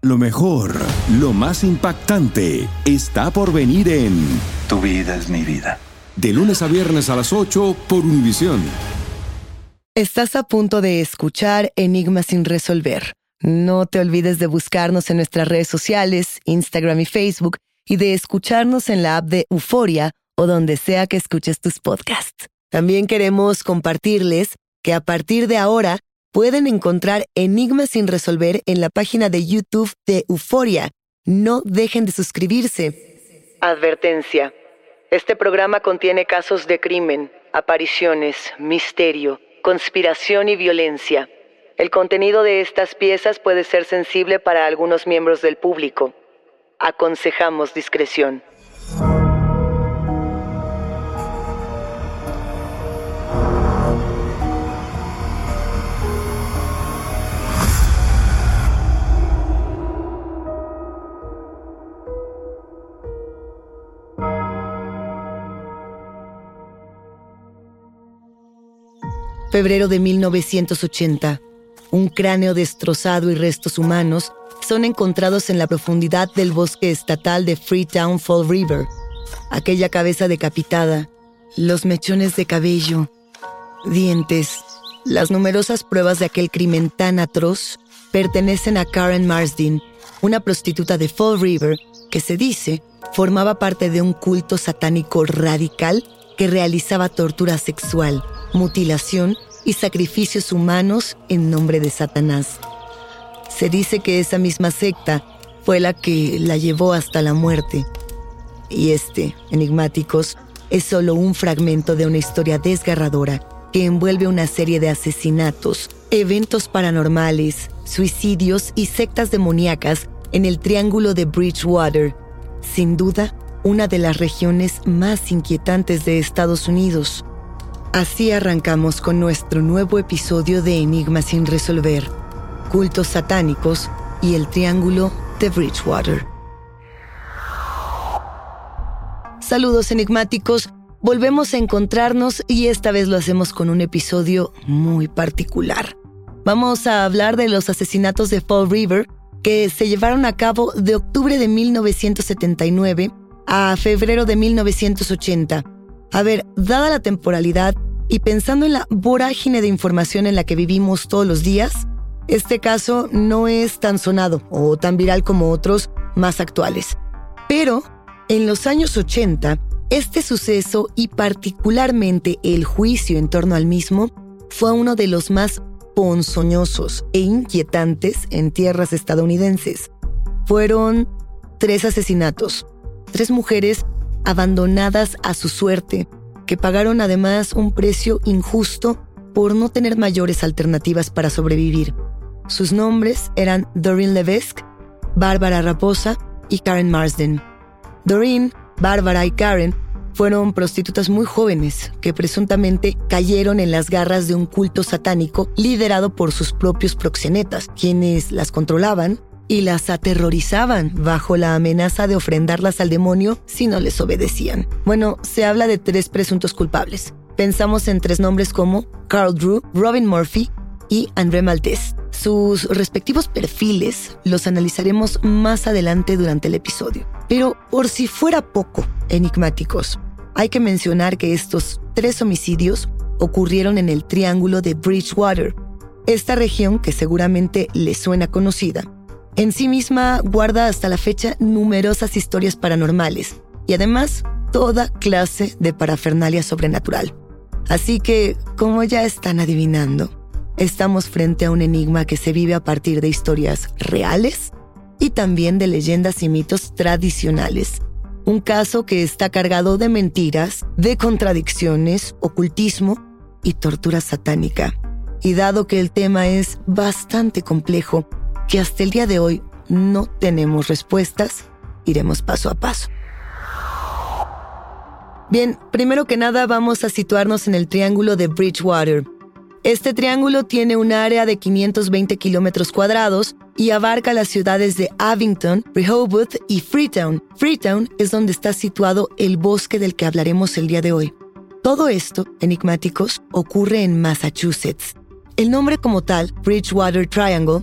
Lo mejor, lo más impactante, está por venir en Tu vida es mi vida. De lunes a viernes a las 8 por Univisión. Estás a punto de escuchar Enigmas sin resolver. No te olvides de buscarnos en nuestras redes sociales, Instagram y Facebook, y de escucharnos en la app de Euforia o donde sea que escuches tus podcasts. También queremos compartirles que a partir de ahora pueden encontrar Enigmas sin resolver en la página de YouTube de Euforia. No dejen de suscribirse. Advertencia. Este programa contiene casos de crimen, apariciones, misterio, conspiración y violencia. El contenido de estas piezas puede ser sensible para algunos miembros del público. Aconsejamos discreción. Febrero de 1980. Un cráneo destrozado y restos humanos son encontrados en la profundidad del bosque estatal de Freetown Fall River. Aquella cabeza decapitada, los mechones de cabello, dientes, las numerosas pruebas de aquel crimen tan atroz pertenecen a Karen Marsden, una prostituta de Fall River que se dice formaba parte de un culto satánico radical que realizaba tortura sexual, mutilación y sacrificios humanos en nombre de Satanás. Se dice que esa misma secta fue la que la llevó hasta la muerte. Y enigmáticos, es solo un fragmento de una historia desgarradora que envuelve una serie de asesinatos, eventos paranormales, suicidios y sectas demoníacas en el Triángulo de Bridgewater. Sin duda, una de las regiones más inquietantes de Estados Unidos. Así arrancamos con nuestro nuevo episodio de Enigmas sin resolver, cultos satánicos y el Triángulo de Bridgewater. Saludos enigmáticos, volvemos a encontrarnos y esta vez lo hacemos con un episodio muy particular. Vamos a hablar de los asesinatos de Fall River que se llevaron a cabo de octubre de 1979 a febrero de 1980. A ver, dada la temporalidad y pensando en la vorágine de información en la que vivimos todos los días, este caso no es tan sonado o tan viral como otros más actuales. Pero en los años 80, este suceso y particularmente el juicio en torno al mismo fue uno de los más ponzoñosos e inquietantes en tierras estadounidenses. Fueron 3 asesinatos, 3 mujeres abandonadas a su suerte, que pagaron además un precio injusto por no tener mayores alternativas para sobrevivir. Sus nombres eran Doreen Levesque, Bárbara Raposa y Karen Marsden. Doreen, Bárbara y Karen fueron prostitutas muy jóvenes que presuntamente cayeron en las garras de un culto satánico liderado por sus propios proxenetas, quienes las controlaban y las aterrorizaban bajo la amenaza de ofrendarlas al demonio si no les obedecían. Bueno, se habla de 3 presuntos culpables. Pensamos en 3 nombres como Carl Drew, Robin Murphy y André Maltés. Sus respectivos perfiles los analizaremos más adelante durante el episodio. Pero por si fuera poco, enigmáticos, hay que mencionar que estos 3 homicidios ocurrieron en el Triángulo de Bridgewater. Esta región, que seguramente les suena conocida, en sí misma guarda hasta la fecha numerosas historias paranormales y además toda clase de parafernalia sobrenatural. Así que, como ya están adivinando, estamos frente a un enigma que se vive a partir de historias reales y también de leyendas y mitos tradicionales. Un caso que está cargado de mentiras, de contradicciones, ocultismo y tortura satánica. Y dado que el tema es bastante complejo, que hasta el día de hoy no tenemos respuestas, iremos paso a paso. Bien, primero que nada vamos a situarnos en el Triángulo de Bridgewater. Este triángulo tiene un área de 520 kilómetros cuadrados y abarca las ciudades de Abington, Rehoboth y Freetown. Freetown es donde está situado el bosque del que hablaremos el día de hoy. Todo esto, enigmáticos, ocurre en Massachusetts. El nombre como tal, Bridgewater Triangle,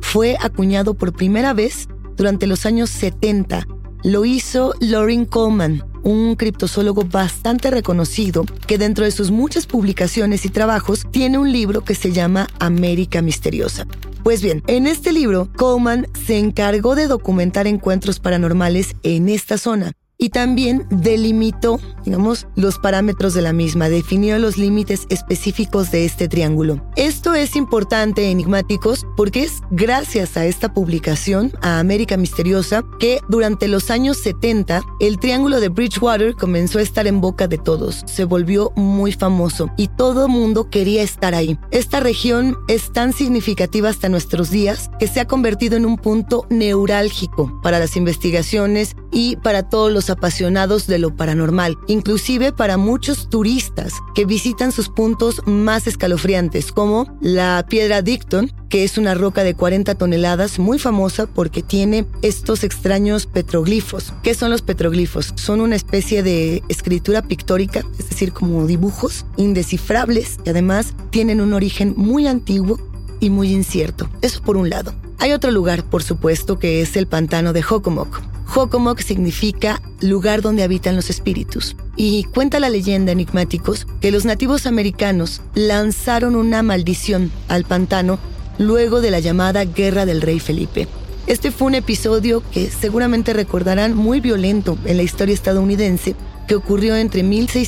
fue acuñado por primera vez durante los años 70. Lo hizo Loren Coleman, un criptozoólogo bastante reconocido que dentro de sus muchas publicaciones y trabajos tiene un libro que se llama América Misteriosa. Pues bien, en este libro, Coleman se encargó de documentar encuentros paranormales en esta zona y también delimitó, los parámetros de la misma, definió los límites específicos de este triángulo. Esto es importante, enigmáticos, porque es gracias a esta publicación, a América Misteriosa, que durante los años 70, el triángulo de Bridgewater comenzó a estar en boca de todos. Se volvió muy famoso y todo mundo quería estar ahí. Esta región es tan significativa hasta nuestros días que se ha convertido en un punto neurálgico para las investigaciones y para todos los apasionados de lo paranormal, inclusive para muchos turistas que visitan sus puntos más escalofriantes, como la Piedra Dicton, que es una roca de 40 toneladas muy famosa porque tiene estos extraños petroglifos. ¿Qué son los petroglifos? Son una especie de escritura pictórica, es decir, como dibujos indescifrables que además tienen un origen muy antiguo y muy incierto. Eso por un lado. Hay otro lugar, por supuesto, que es el pantano de Jocomoc. Jocomoc significa lugar donde habitan los espíritus. Y cuenta la leyenda, enigmáticos, que los nativos americanos lanzaron una maldición al pantano luego de la llamada Guerra del Rey Felipe. Este fue un episodio que seguramente recordarán muy violento en la historia estadounidense, que ocurrió entre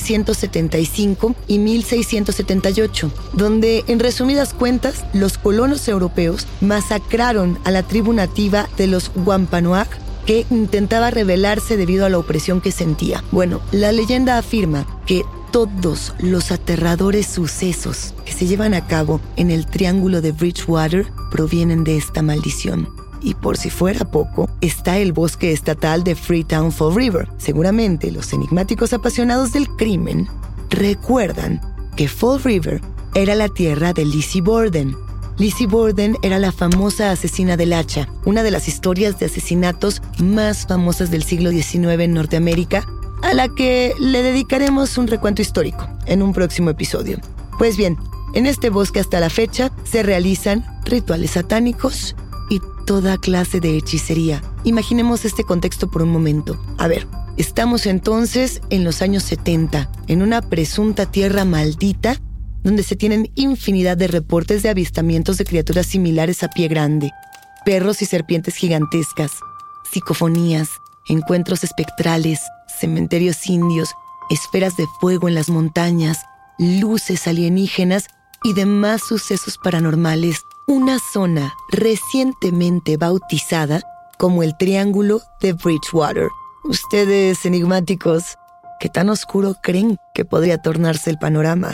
1675 y 1678, donde, en resumidas cuentas, los colonos europeos masacraron a la tribu nativa de los Wampanoag, que intentaba rebelarse debido a la opresión que sentía. Bueno, la leyenda afirma que todos los aterradores sucesos que se llevan a cabo en el Triángulo de Bridgewater provienen de esta maldición. Y por si fuera poco, está el bosque estatal de Freetown Fall River. Seguramente los enigmáticos apasionados del crimen recuerdan que Fall River era la tierra de Lizzie Borden. Lizzie Borden era la famosa asesina del hacha, una de las historias de asesinatos más famosas del siglo XIX en Norteamérica, a la que le dedicaremos un recuento histórico en un próximo episodio. Pues bien, en este bosque hasta la fecha se realizan rituales satánicos y toda clase de hechicería. Imaginemos este contexto por un momento. A ver, estamos entonces en los años 70, en una presunta tierra maldita, donde se tienen infinidad de reportes de avistamientos de criaturas similares a pie grande, perros y serpientes gigantescas, psicofonías, encuentros espectrales, cementerios indios, esferas de fuego en las montañas, luces alienígenas y demás sucesos paranormales. Una zona recientemente bautizada como el Triángulo de Bridgewater. Ustedes, enigmáticos, ¿qué tan oscuro creen que podría tornarse el panorama?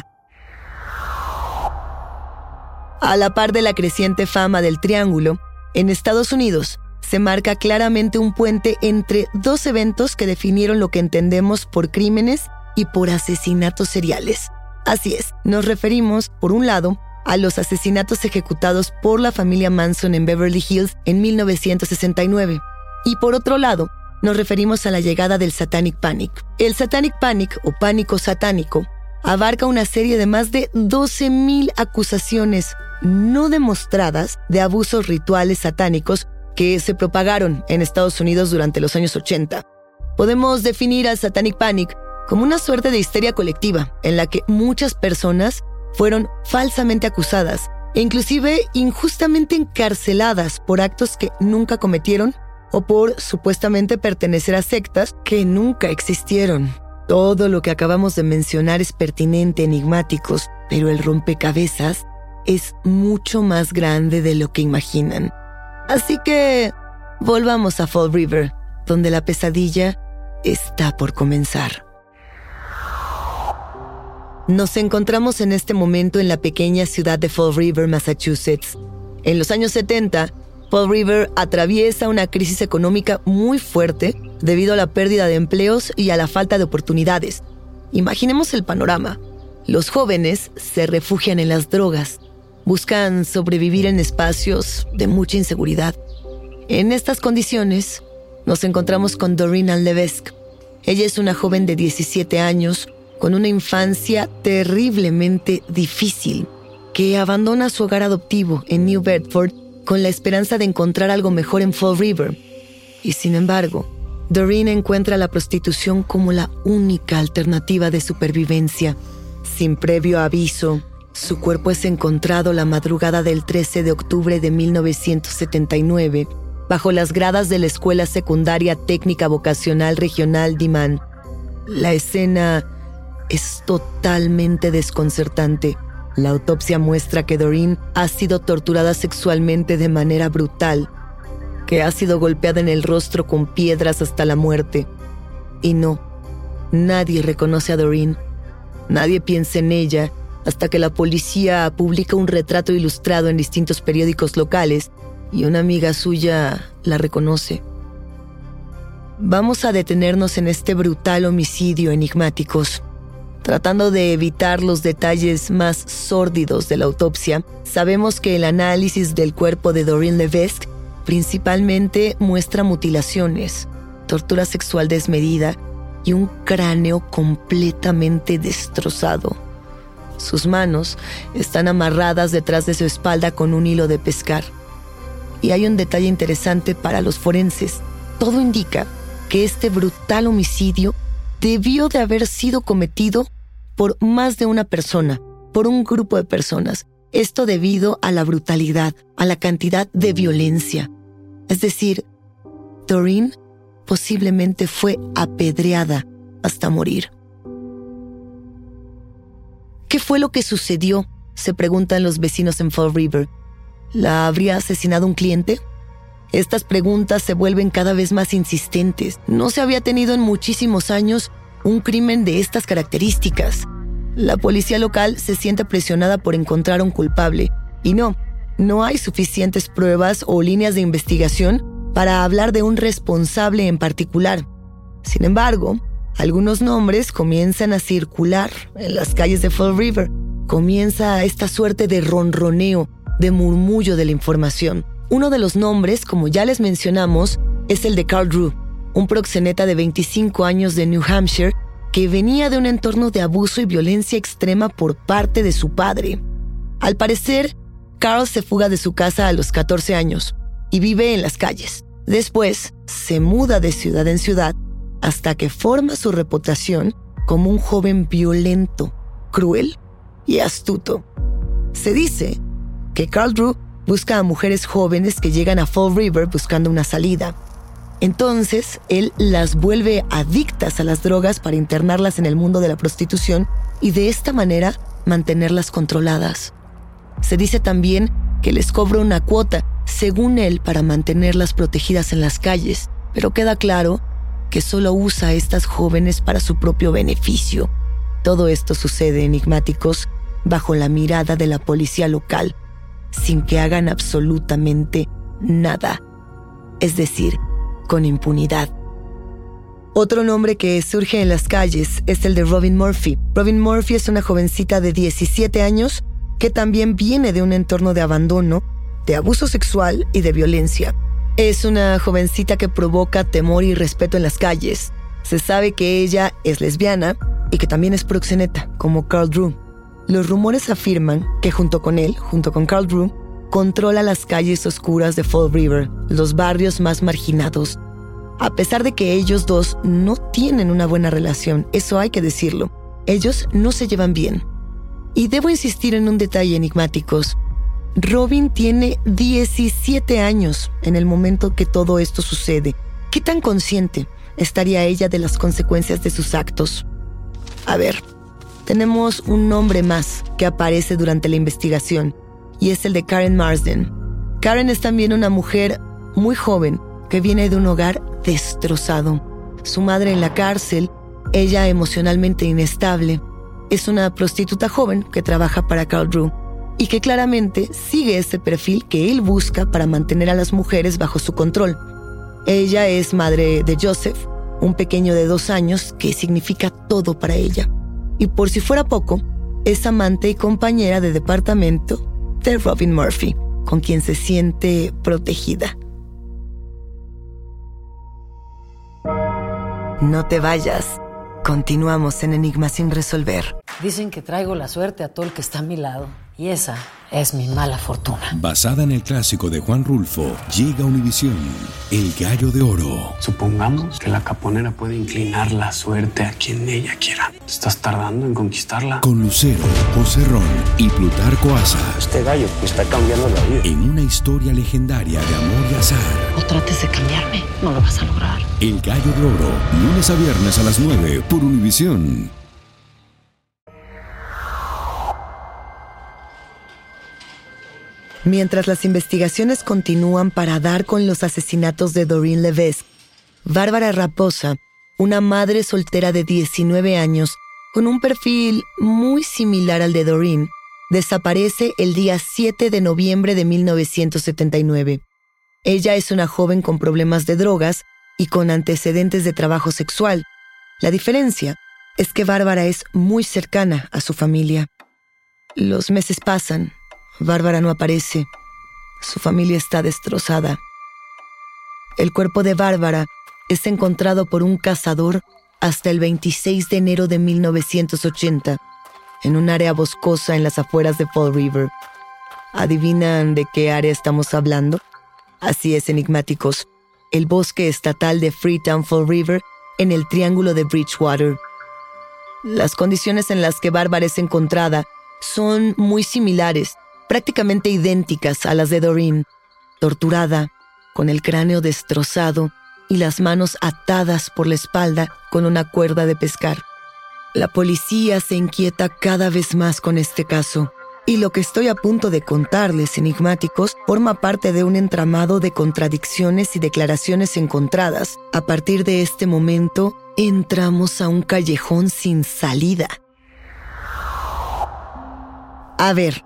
A la par de la creciente fama del Triángulo, en Estados Unidos se marca claramente un puente entre dos eventos que definieron lo que entendemos por crímenes y por asesinatos seriales. Así es, nos referimos, por un lado, a los asesinatos ejecutados por la familia Manson en Beverly Hills en 1969. Y por otro lado, nos referimos a la llegada del Satanic Panic. El Satanic Panic, o pánico satánico, abarca una serie de más de 12,000 acusaciones no demostradas de abusos rituales satánicos que se propagaron en Estados Unidos durante los años 80. Podemos definir al Satanic Panic como una suerte de histeria colectiva en la que muchas personas fueron falsamente acusadas e inclusive injustamente encarceladas por actos que nunca cometieron o por supuestamente pertenecer a sectas que nunca existieron. Todo lo que acabamos de mencionar es pertinente, enigmáticos, pero el rompecabezas es mucho más grande de lo que imaginan. Así que volvamos a Fall River, donde la pesadilla está por comenzar. Nos encontramos en este momento en la pequeña ciudad de Fall River, Massachusetts. En los años 70, Fall River atraviesa una crisis económica muy fuerte debido a la pérdida de empleos y a la falta de oportunidades. Imaginemos el panorama. Los jóvenes se refugian en las drogas, buscan sobrevivir en espacios de mucha inseguridad. En estas condiciones, nos encontramos con Doreen Ann Levesque. Ella es una joven de 17 años, con una infancia terriblemente difícil, que abandona su hogar adoptivo en New Bedford con la esperanza de encontrar algo mejor en Fall River. Y sin embargo, Doreen encuentra la prostitución como la única alternativa de supervivencia. Sin previo aviso, su cuerpo es encontrado la madrugada del 13 de octubre de 1979 bajo las gradas de la Escuela Secundaria Técnica Vocacional Regional Dimán. La escena es totalmente desconcertante. La autopsia muestra que Doreen ha sido torturada sexualmente de manera brutal, que ha sido golpeada en el rostro con piedras hasta la muerte. Y no, nadie reconoce a Doreen. Nadie piensa en ella hasta que la policía publica un retrato ilustrado en distintos periódicos locales y una amiga suya la reconoce. Vamos a detenernos en este brutal homicidio, enigmáticos. Tratando de evitar los detalles más sórdidos de la autopsia, sabemos que el análisis del cuerpo de Doreen Levesque principalmente muestra mutilaciones, tortura sexual desmedida y un cráneo completamente destrozado. Sus manos están amarradas detrás de su espalda con un hilo de pescar. Y hay un detalle interesante para los forenses. Todo indica que este brutal homicidio debió de haber sido cometido por más de una persona, por un grupo de personas. Esto debido a la brutalidad, a la cantidad de violencia. Es decir, Doreen posiblemente fue apedreada hasta morir. ¿Qué fue lo que sucedió?, se preguntan los vecinos en Fall River. ¿La habría asesinado un cliente? Estas preguntas se vuelven cada vez más insistentes. No se había tenido en muchísimos años un crimen de estas características. La policía local se siente presionada por encontrar a un culpable. Y no hay suficientes pruebas o líneas de investigación para hablar de un responsable en particular. Sin embargo, algunos nombres comienzan a circular en las calles de Fall River. Comienza esta suerte de ronroneo, de murmullo de la información. Uno de los nombres, como ya les mencionamos, es el de Carl Drew, un proxeneta de 25 años de New Hampshire que venía de un entorno de abuso y violencia extrema por parte de su padre. Al parecer, Carl se fuga de su casa a los 14 años y vive en las calles. Después, se muda de ciudad en ciudad hasta que forma su reputación como un joven violento, cruel y astuto. Se dice que Carl Drew busca a mujeres jóvenes que llegan a Fall River buscando una salida. Entonces, él las vuelve adictas a las drogas para internarlas en el mundo de la prostitución y de esta manera mantenerlas controladas. Se dice también que les cobra una cuota, según él, para mantenerlas protegidas en las calles, pero queda claro que solo usa a estas jóvenes para su propio beneficio. Todo esto sucede, enigmáticos, bajo la mirada de la policía local, sin que hagan absolutamente nada. Es decir, con impunidad. Otro nombre que surge en las calles es el de Robin Murphy. Robin Murphy es una jovencita de 17 años que también viene de un entorno de abandono, de abuso sexual y de violencia. Es una jovencita que provoca temor y respeto en las calles. Se sabe que ella es lesbiana y que también es proxeneta, como Carl Drew. Los rumores afirman que junto con Carl Drew, controla las calles oscuras de Fall River, los barrios más marginados. A pesar de que ellos dos no tienen una buena relación, eso hay que decirlo. Ellos no se llevan bien. Y debo insistir en un detalle, enigmáticos. Robin tiene 17 años en el momento que todo esto sucede. ¿Qué tan consciente estaría ella de las consecuencias de sus actos? A ver, tenemos un nombre más que aparece durante la investigación y es el de Karen Marsden. Karen es también una mujer muy joven que viene de un hogar destrozado. Su madre en la cárcel, ella emocionalmente inestable. Es una prostituta joven que trabaja para Carl Drew y que claramente sigue ese perfil que él busca para mantener a las mujeres bajo su control. Ella es madre de Joseph, un pequeño de 2 años que significa todo para ella. Y por si fuera poco, es amante y compañera de departamento de Robin Murphy, con quien se siente protegida. No te vayas. Continuamos en Enigmas sin resolver. Dicen que traigo la suerte a todo el que está a mi lado. Y esa es mi mala fortuna. Basada en el clásico de Juan Rulfo, llega a Univisión, El Gallo de Oro. Supongamos que la caponera puede inclinar la suerte a quien ella quiera. ¿Estás tardando en conquistarla? Con Lucero, José Ron y Plutarco Asa. Este gallo me está cambiando la vida. En una historia legendaria de amor y azar. No trates de cambiarme, no lo vas a lograr. El Gallo de Oro, lunes a viernes a las 9 por Univisión. Mientras las investigaciones continúan para dar con los asesinatos de Doreen Levesque, Bárbara Raposa, una madre soltera de 19 años, con un perfil muy similar al de Doreen, desaparece el día 7 de noviembre de 1979. Ella es una joven con problemas de drogas y con antecedentes de trabajo sexual. La diferencia es que Bárbara es muy cercana a su familia. Los meses pasan. Bárbara no aparece. Su familia está destrozada. El cuerpo de Bárbara es encontrado por un cazador hasta el 26 de enero de 1980, en un área boscosa en las afueras de Fall River. ¿Adivinan de qué área estamos hablando? Así es, enigmáticos. El bosque estatal de Freetown Fall River, en el Triángulo de Bridgewater. Las condiciones en las que Bárbara es encontrada son muy similares, prácticamente idénticas a las de Doreen, torturada, con el cráneo destrozado y las manos atadas por la espalda con una cuerda de pescar. La policía se inquieta cada vez más con este caso, y lo que estoy a punto de contarles, enigmáticos, forma parte de un entramado de contradicciones y declaraciones encontradas. A partir de este momento, entramos a un callejón sin salida. A ver,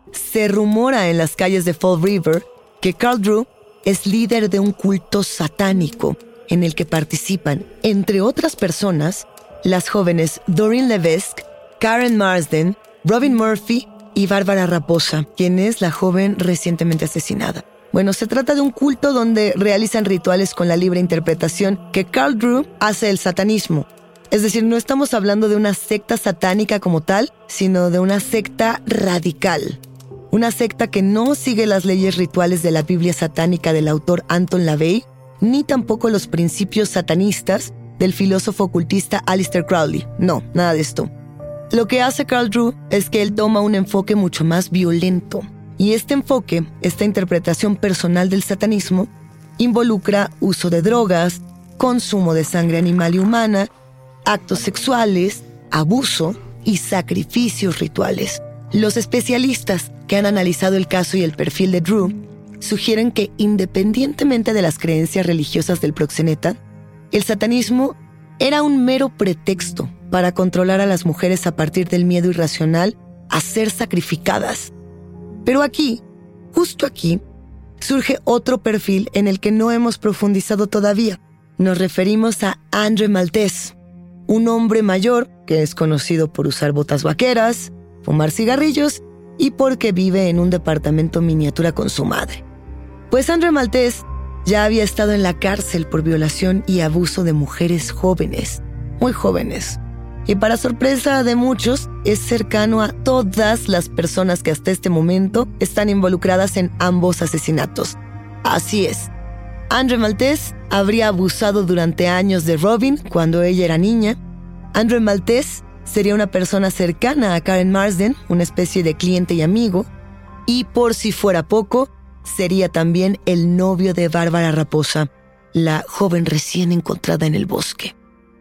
se rumora en las calles de Fall River que Carl Drew es líder de un culto satánico en el que participan, entre otras personas, las jóvenes Doreen Levesque, Karen Marsden, Robin Murphy y Bárbara Raposa, quien es la joven recientemente asesinada. Bueno, se trata de un culto donde realizan rituales con la libre interpretación que Carl Drew hace el satanismo. Es decir, no estamos hablando de una secta satánica como tal, sino de una secta radical. Una secta que no sigue las leyes rituales de la Biblia satánica del autor Anton LaVey, ni tampoco los principios satanistas del filósofo ocultista Aleister Crowley. No, nada de esto. Lo que hace Carl Drew es que él toma un enfoque mucho más violento. Y este enfoque, esta interpretación personal del satanismo, involucra uso de drogas, consumo de sangre animal y humana, actos sexuales, abuso y sacrificios rituales. Los especialistas que han analizado el caso y el perfil de Drew sugieren que, independientemente de las creencias religiosas del proxeneta, el satanismo era un mero pretexto para controlar a las mujeres a partir del miedo irracional a ser sacrificadas. Pero aquí, justo aquí, surge otro perfil en el que no hemos profundizado todavía. Nos referimos a Andre Maltese, un hombre mayor que es conocido por usar botas vaqueras, fumar cigarrillos y porque vive en un departamento miniatura con su madre. Pues Andre Maltese ya había estado en la cárcel por violación y abuso de mujeres jóvenes, muy jóvenes. Y para sorpresa de muchos, es cercano a todas las personas que hasta este momento están involucradas en ambos asesinatos. Así es, Andre Maltese habría abusado durante años de Robin cuando ella era niña. Andre Maltese sería una persona cercana a Karen Marsden, una especie de cliente y amigo. Y por si fuera poco, sería también el novio de Bárbara Raposa, la joven recién encontrada en el bosque.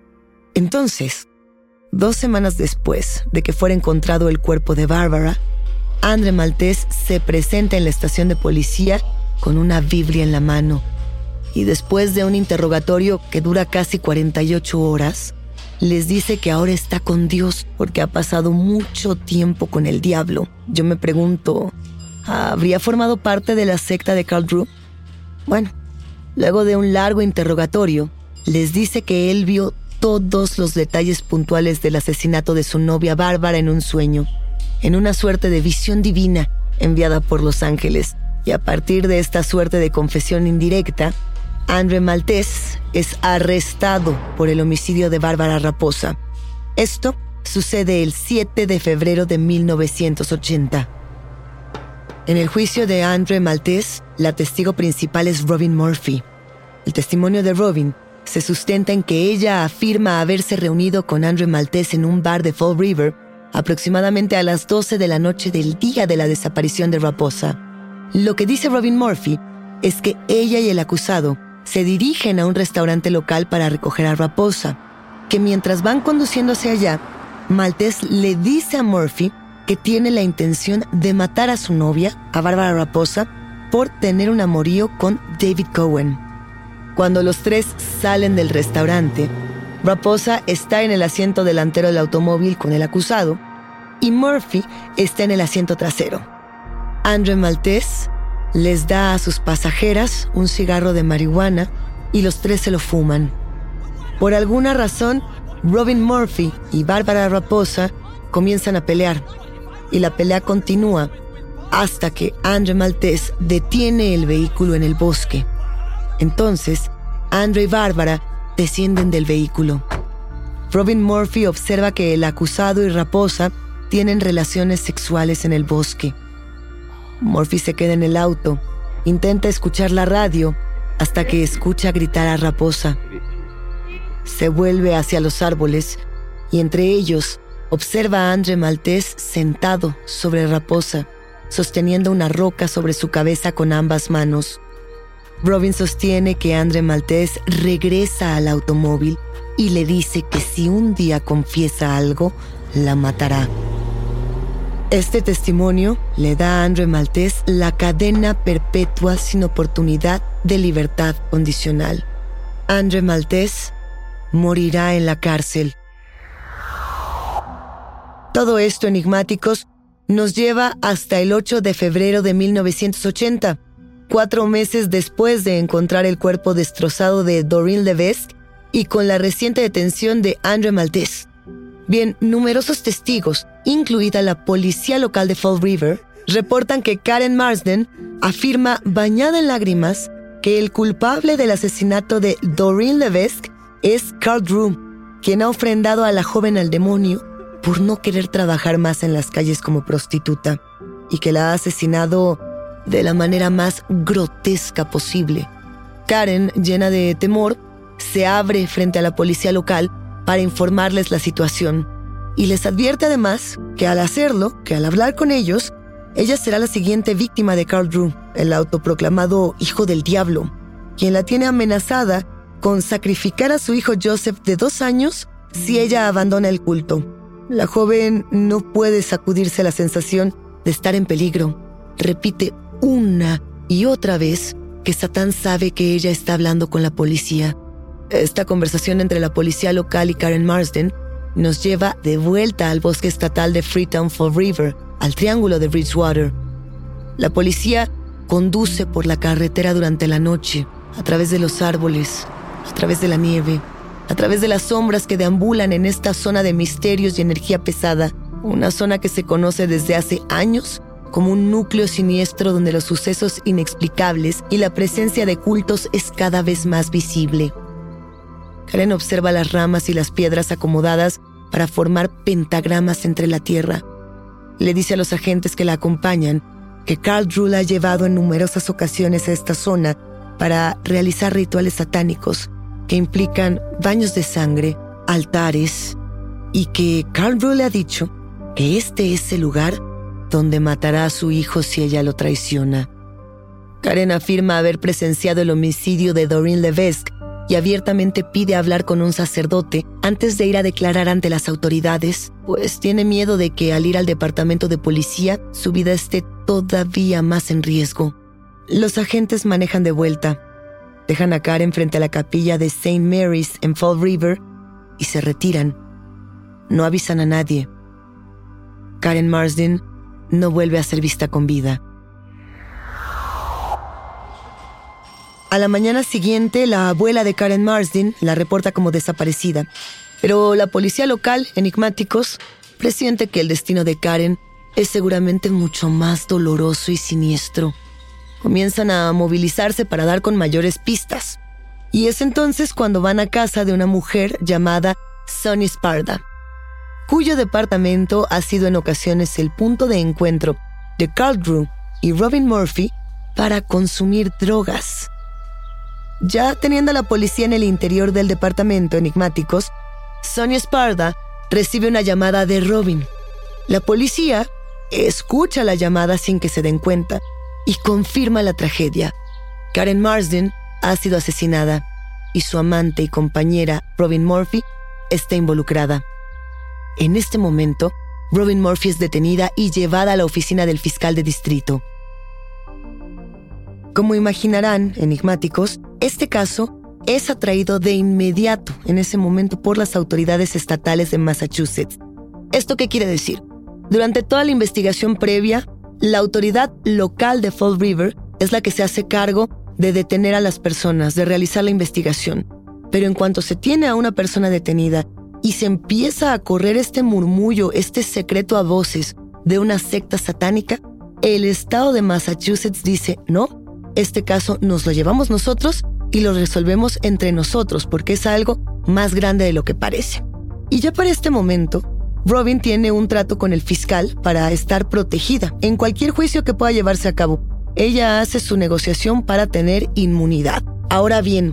Entonces, 2 semanas después de que fuera encontrado el cuerpo de Bárbara, Andre Maltese se presenta en la estación de policía con una Biblia en la mano. Y después de un interrogatorio que dura casi 48 horas, les dice que ahora está con Dios porque ha pasado mucho tiempo con el diablo. Yo me pregunto, ¿habría formado parte de la secta de Carl Drew? Bueno, luego de un largo interrogatorio, les dice que él vio todos los detalles puntuales del asesinato de su novia Bárbara en un sueño, en una suerte de visión divina enviada por los ángeles. Y a partir de esta suerte de confesión indirecta, Andre Maltese es arrestado por el homicidio de Bárbara Raposa. Esto sucede el 7 de febrero de 1980. En el juicio de Andre Maltese, la testigo principal es Robin Murphy. El testimonio de Robin se sustenta en que ella afirma haberse reunido con Andre Maltese en un bar de Fall River aproximadamente a las 12 de la noche del día de la desaparición de Raposa. Lo que dice Robin Murphy es que ella y el acusado se dirigen a un restaurante local para recoger a Raposa, que mientras van conduciendo hacia allá, Maltese le dice a Murphy que tiene la intención de matar a su novia, a Barbara Raposa, por tener un amorío con David Cohen. Cuando los tres salen del restaurante, Raposa está en el asiento delantero del automóvil con el acusado y Murphy está en el asiento trasero. Andre Maltese les da a sus pasajeras un cigarro de marihuana y los tres se lo fuman. Por alguna razón, Robin Murphy y Barbara Raposa comienzan a pelear y la pelea continúa hasta que Andre Maltese detiene el vehículo en el bosque. Entonces, Andre y Bárbara descienden del vehículo. Robin Murphy observa que el acusado y Raposa tienen relaciones sexuales en el bosque. Murphy se queda en el auto, intenta escuchar la radio hasta que escucha gritar a Raposa. Se vuelve hacia los árboles y entre ellos observa a Andre Maltese sentado sobre Raposa, sosteniendo una roca sobre su cabeza con ambas manos. Robin sostiene que Andre Maltese regresa al automóvil y le dice que si un día confiesa algo, la matará. Este testimonio le da a Andre Maltese la cadena perpetua sin oportunidad de libertad condicional. Andre Maltese morirá en la cárcel. Todo esto, enigmáticos, nos lleva hasta el 8 de febrero de 1980, 4 meses después de encontrar el cuerpo destrozado de Doreen Levesque y con la reciente detención de Andre Maltese. Bien, numerosos testigos, incluida la policía local de Fall River, reportan que Karen Marsden afirma, bañada en lágrimas, que el culpable del asesinato de Doreen Levesque es Carl Drew, quien ha ofrendado a la joven al demonio por no querer trabajar más en las calles como prostituta y que la ha asesinado de la manera más grotesca posible. Karen, llena de temor, se abre frente a la policía local para informarles la situación y les advierte además que al hacerlo, que al hablar con ellos, ella será la siguiente víctima de Carl Drew, el autoproclamado hijo del diablo, quien la tiene amenazada con sacrificar a su hijo Joseph de 2 años si ella abandona el culto. La joven no puede sacudirse la sensación de estar en peligro. Repite una y otra vez que Satán sabe que ella está hablando con la policía. Esta conversación entre la policía local y Karen Marsden nos lleva de vuelta al bosque estatal de Freetown Fall River, al triángulo de Bridgewater. La policía conduce por la carretera durante la noche, a través de los árboles, a través de la nieve, a través de las sombras que deambulan en esta zona de misterios y energía pesada, una zona que se conoce desde hace años como un núcleo siniestro donde los sucesos inexplicables y la presencia de cultos es cada vez más visible. Karen observa las ramas y las piedras acomodadas para formar pentagramas entre la tierra. Le dice a los agentes que la acompañan que Carl Drew la ha llevado en numerosas ocasiones a esta zona para realizar rituales satánicos que implican baños de sangre, altares, y que Carl Drew le ha dicho que este es el lugar donde matará a su hijo si ella lo traiciona. Karen afirma haber presenciado el homicidio de Doreen Levesque y abiertamente pide hablar con un sacerdote antes de ir a declarar ante las autoridades, pues tiene miedo de que al ir al departamento de policía su vida esté todavía más en riesgo. Los agentes manejan de vuelta, dejan a Karen frente a la capilla de St. Mary's en Fall River y se retiran. No avisan a nadie. Karen Marsden no vuelve a ser vista con vida. A la mañana siguiente, la abuela de Karen Marsden la reporta como desaparecida, pero la policía local, enigmáticos, presiente que el destino de Karen es seguramente mucho más doloroso y siniestro. Comienzan a movilizarse para dar con mayores pistas, y es entonces cuando van a casa de una mujer llamada Sonny Sparda. cuyo departamento ha sido en ocasiones el punto de encuentro de Carl Drew y Robin Murphy para consumir drogas. Ya teniendo a la policía en el interior del departamento enigmáticos, Sonia Sparda recibe una llamada de Robin. La policía escucha la llamada sin que se den cuenta y confirma la tragedia. Karen Marsden ha sido asesinada y su amante y compañera Robin Murphy está involucrada. En este momento, Robin Murphy es detenida y llevada a la oficina del fiscal de distrito. Como imaginarán, enigmáticos, este caso es atraído de inmediato en ese momento por las autoridades estatales de Massachusetts. ¿Esto qué quiere decir? Durante toda la investigación previa, la autoridad local de Fall River es la que se hace cargo de detener a las personas, de realizar la investigación. Pero en cuanto se tiene a una persona detenida y se empieza a correr este murmullo, este secreto a voces de una secta satánica, el estado de Massachusetts dice, no, este caso nos lo llevamos nosotros y lo resolvemos entre nosotros porque es algo más grande de lo que parece. Y ya para este momento, Robin tiene un trato con el fiscal para estar protegida en cualquier juicio que pueda llevarse a cabo. Ella hace su negociación para tener inmunidad. Ahora bien,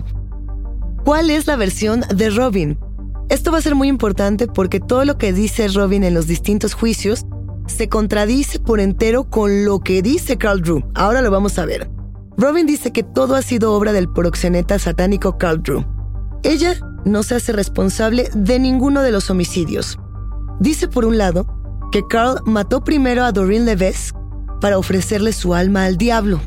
¿cuál es la versión de Robin? Esto va a ser muy importante porque todo lo que dice Robin en los distintos juicios se contradice por entero con lo que dice Carl Drew. Ahora lo vamos a ver. Robin dice que todo ha sido obra del proxeneta satánico Carl Drew. Ella no se hace responsable de ninguno de los homicidios. Dice por un lado que Carl mató primero a Doreen Levesque para ofrecerle su alma al diablo.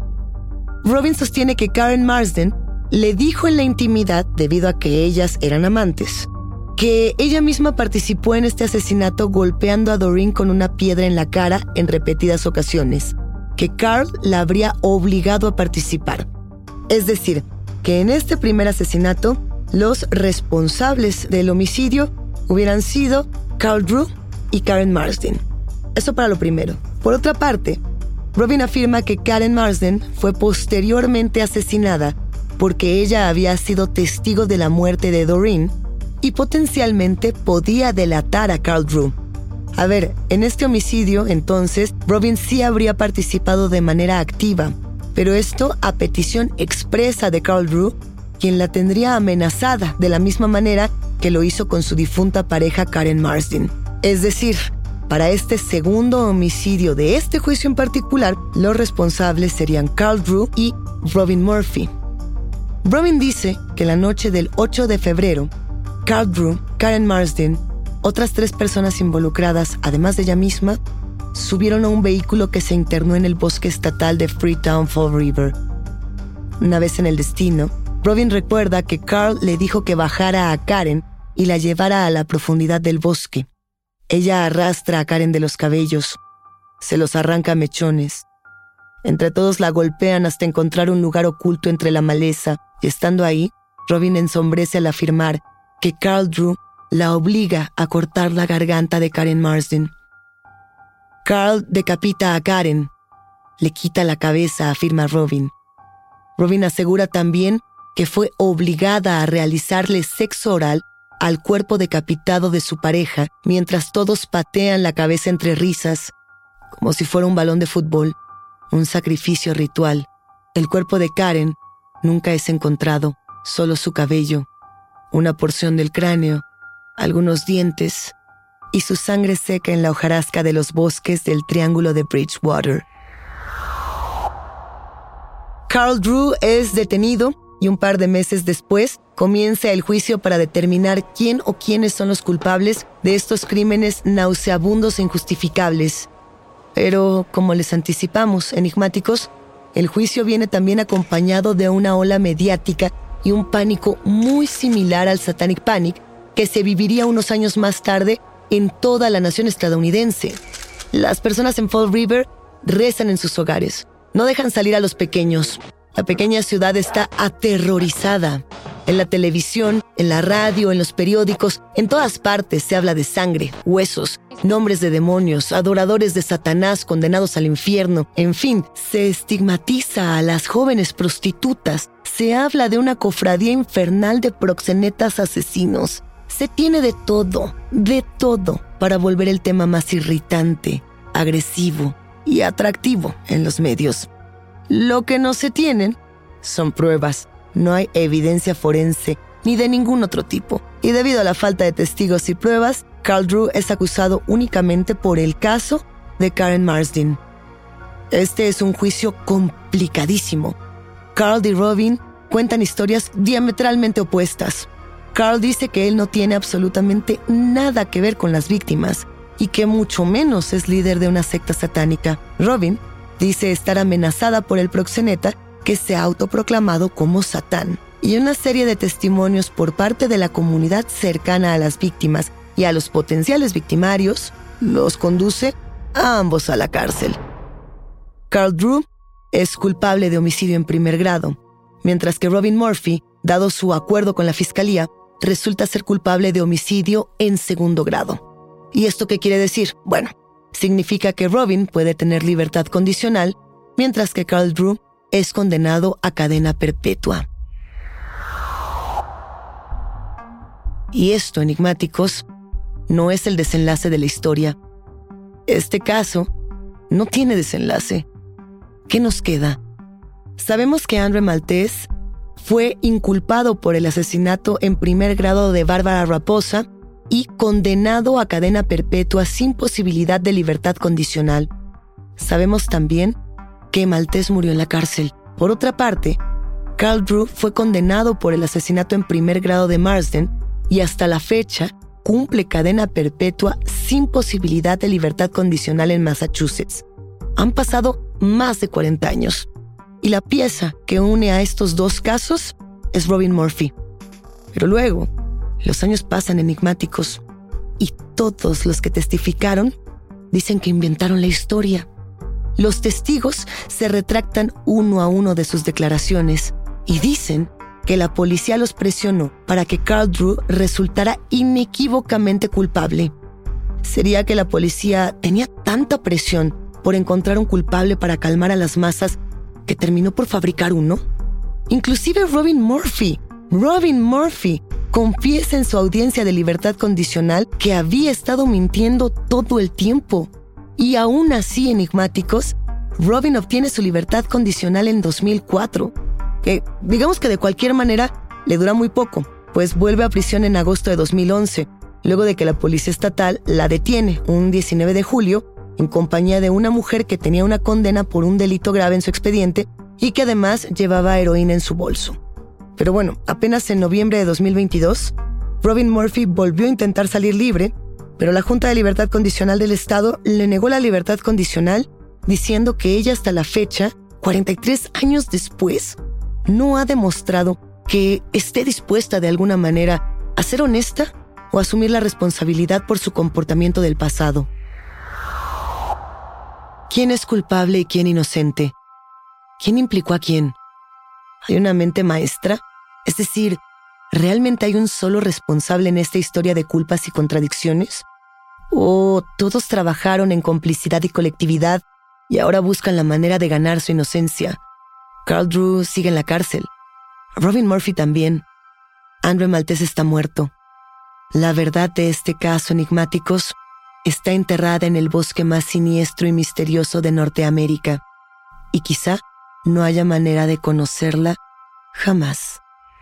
Robin sostiene que Karen Marsden le dijo en la intimidad, debido a que ellas eran amantes, que ella misma participó en este asesinato golpeando a Doreen con una piedra en la cara en repetidas ocasiones, que Carl la habría obligado a participar. Es decir, que en este primer asesinato, los responsables del homicidio hubieran sido Carl Drew y Karen Marsden. Eso para lo primero. Por otra parte, Robin afirma que Karen Marsden fue posteriormente asesinada porque ella había sido testigo de la muerte de Doreen y potencialmente podía delatar a Carl Drew. A ver, en este homicidio, entonces, Robin sí habría participado de manera activa, pero esto a petición expresa de Carl Drew, quien la tendría amenazada de la misma manera que lo hizo con su difunta pareja Karen Marsden. Es decir, para este segundo homicidio de este juicio en particular, los responsables serían Carl Drew y Robin Murphy. Robin dice que la noche del 8 de febrero, Carl Drew, Karen Marsden, otras 3 personas involucradas, además de ella misma, subieron a un vehículo que se internó en el bosque estatal de Freetown Fall River. Una vez en el destino, Robin recuerda que Carl le dijo que bajara a Karen y la llevara a la profundidad del bosque. Ella arrastra a Karen de los cabellos, se los arranca a mechones. Entre todos la golpean hasta encontrar un lugar oculto entre la maleza, y estando ahí, Robin ensombrece al afirmar que Carl Drew la obliga a cortar la garganta de Karen Marsden. Carl decapita a Karen, le quita la cabeza, afirma Robin. Robin asegura también que fue obligada a realizarle sexo oral al cuerpo decapitado de su pareja mientras todos patean la cabeza entre risas, como si fuera un balón de fútbol, un sacrificio ritual. El cuerpo de Karen nunca es encontrado, solo su cabello, una porción del cráneo, algunos dientes y su sangre seca en la hojarasca de los bosques del Triángulo de Bridgewater. Carl Drew es detenido y un par de meses después comienza el juicio para determinar quién o quiénes son los culpables de estos crímenes nauseabundos e injustificables. Pero, como les anticipamos, enigmáticos, el juicio viene también acompañado de una ola mediática y un pánico muy similar al Satanic Panic que se viviría unos años más tarde en toda la nación estadounidense. Las personas en Fall River rezan en sus hogares, no dejan salir a los pequeños. La pequeña ciudad está aterrorizada. En la televisión, en la radio, en los periódicos, en todas partes se habla de sangre, huesos, nombres de demonios, adoradores de Satanás condenados al infierno. En fin, se estigmatiza a las jóvenes prostitutas. Se habla de una cofradía infernal de proxenetas asesinos. Se tiene de todo para volver el tema más irritante, agresivo y atractivo en los medios. Lo que no se tienen son pruebas. No hay evidencia forense ni de ningún otro tipo. Y debido a la falta de testigos y pruebas, Carl Drew es acusado únicamente por el caso de Karen Marsden. Este es un juicio complicadísimo. Carl y Robin cuentan historias diametralmente opuestas. Carl dice que él no tiene absolutamente nada que ver con las víctimas y que mucho menos es líder de una secta satánica. Robin dice estar amenazada por el proxeneta que se ha autoproclamado como Satán. Y una serie de testimonios por parte de la comunidad cercana a las víctimas y a los potenciales victimarios los conduce a ambos a la cárcel. Carl Drew es culpable de homicidio en primer grado, mientras que Robin Murphy, dado su acuerdo con la fiscalía, resulta ser culpable de homicidio en segundo grado. ¿Y esto qué quiere decir? Bueno, significa que Robin puede tener libertad condicional, mientras que Carl Drew es condenado a cadena perpetua. Y esto, enigmáticos, no es el desenlace de la historia. Este caso no tiene desenlace. ¿Qué nos queda? Sabemos que Andre Maltese fue inculpado por el asesinato en primer grado de Bárbara Raposa y condenado a cadena perpetua sin posibilidad de libertad condicional. Sabemos también que Maltese murió en la cárcel. Por otra parte, Carl Drew fue condenado por el asesinato en primer grado de Marsden y hasta la fecha cumple cadena perpetua sin posibilidad de libertad condicional en Massachusetts. Han pasado más de 40 años. Y la pieza que une a estos dos casos es Robin Murphy. Pero luego, los años pasan, enigmáticos, y todos los que testificaron dicen que inventaron la historia. Los testigos se retractan uno a uno de sus declaraciones y dicen que la policía los presionó para que Carl Drew resultara inequívocamente culpable. ¿Sería que la policía tenía tanta presión por encontrar un culpable para calmar a las masas que terminó por fabricar uno? Inclusive Robin Murphy confiesa en su audiencia de libertad condicional que había estado mintiendo todo el tiempo. Y aún así, enigmáticos, Robin obtiene su libertad condicional en 2004, que digamos que de cualquier manera le dura muy poco, pues vuelve a prisión en agosto de 2011, luego de que la policía estatal la detiene un 19 de julio en compañía de una mujer que tenía una condena por un delito grave en su expediente y que además llevaba heroína en su bolso. Pero bueno, apenas en noviembre de 2022, Robin Murphy volvió a intentar salir libre, pero la Junta de Libertad Condicional del Estado le negó la libertad condicional, diciendo que ella hasta la fecha, 43 años después, no ha demostrado que esté dispuesta de alguna manera a ser honesta o asumir la responsabilidad por su comportamiento del pasado. ¿Quién es culpable y quién inocente? ¿Quién implicó a quién? ¿Hay una mente maestra? Es decir, ¿realmente hay un solo responsable en esta historia de culpas y contradicciones? ¿O todos trabajaron en complicidad y colectividad y ahora buscan la manera de ganar su inocencia? Carl Drew sigue en la cárcel. Robin Murphy también. Andre Maltese está muerto. La verdad de este caso, enigmáticos, está enterrada en el bosque más siniestro y misterioso de Norteamérica. Y quizá no haya manera de conocerla jamás.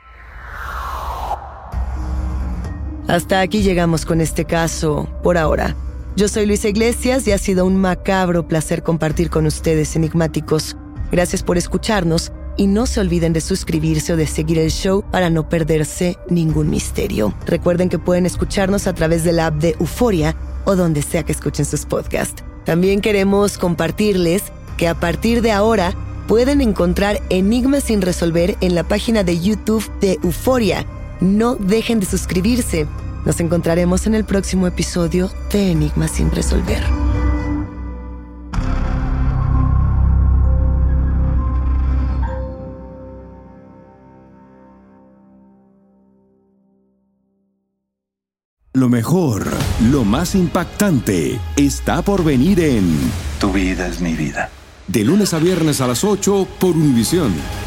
Hasta aquí llegamos con este caso por ahora. Yo soy Luisa Iglesias y ha sido un macabro placer compartir con ustedes, enigmáticos. Gracias por escucharnos y no se olviden de suscribirse o de seguir el show para no perderse ningún misterio. Recuerden que pueden escucharnos a través de la app de Euforia o donde sea que escuchen sus podcasts. También queremos compartirles que a partir de ahora pueden encontrar Enigmas sin resolver en la página de YouTube de Euforia. No dejen de suscribirse. Nos encontraremos en el próximo episodio de Enigmas sin resolver. Lo mejor, lo más impactante, está por venir en Tu vida es mi vida. De lunes a viernes a las 8 por Univisión.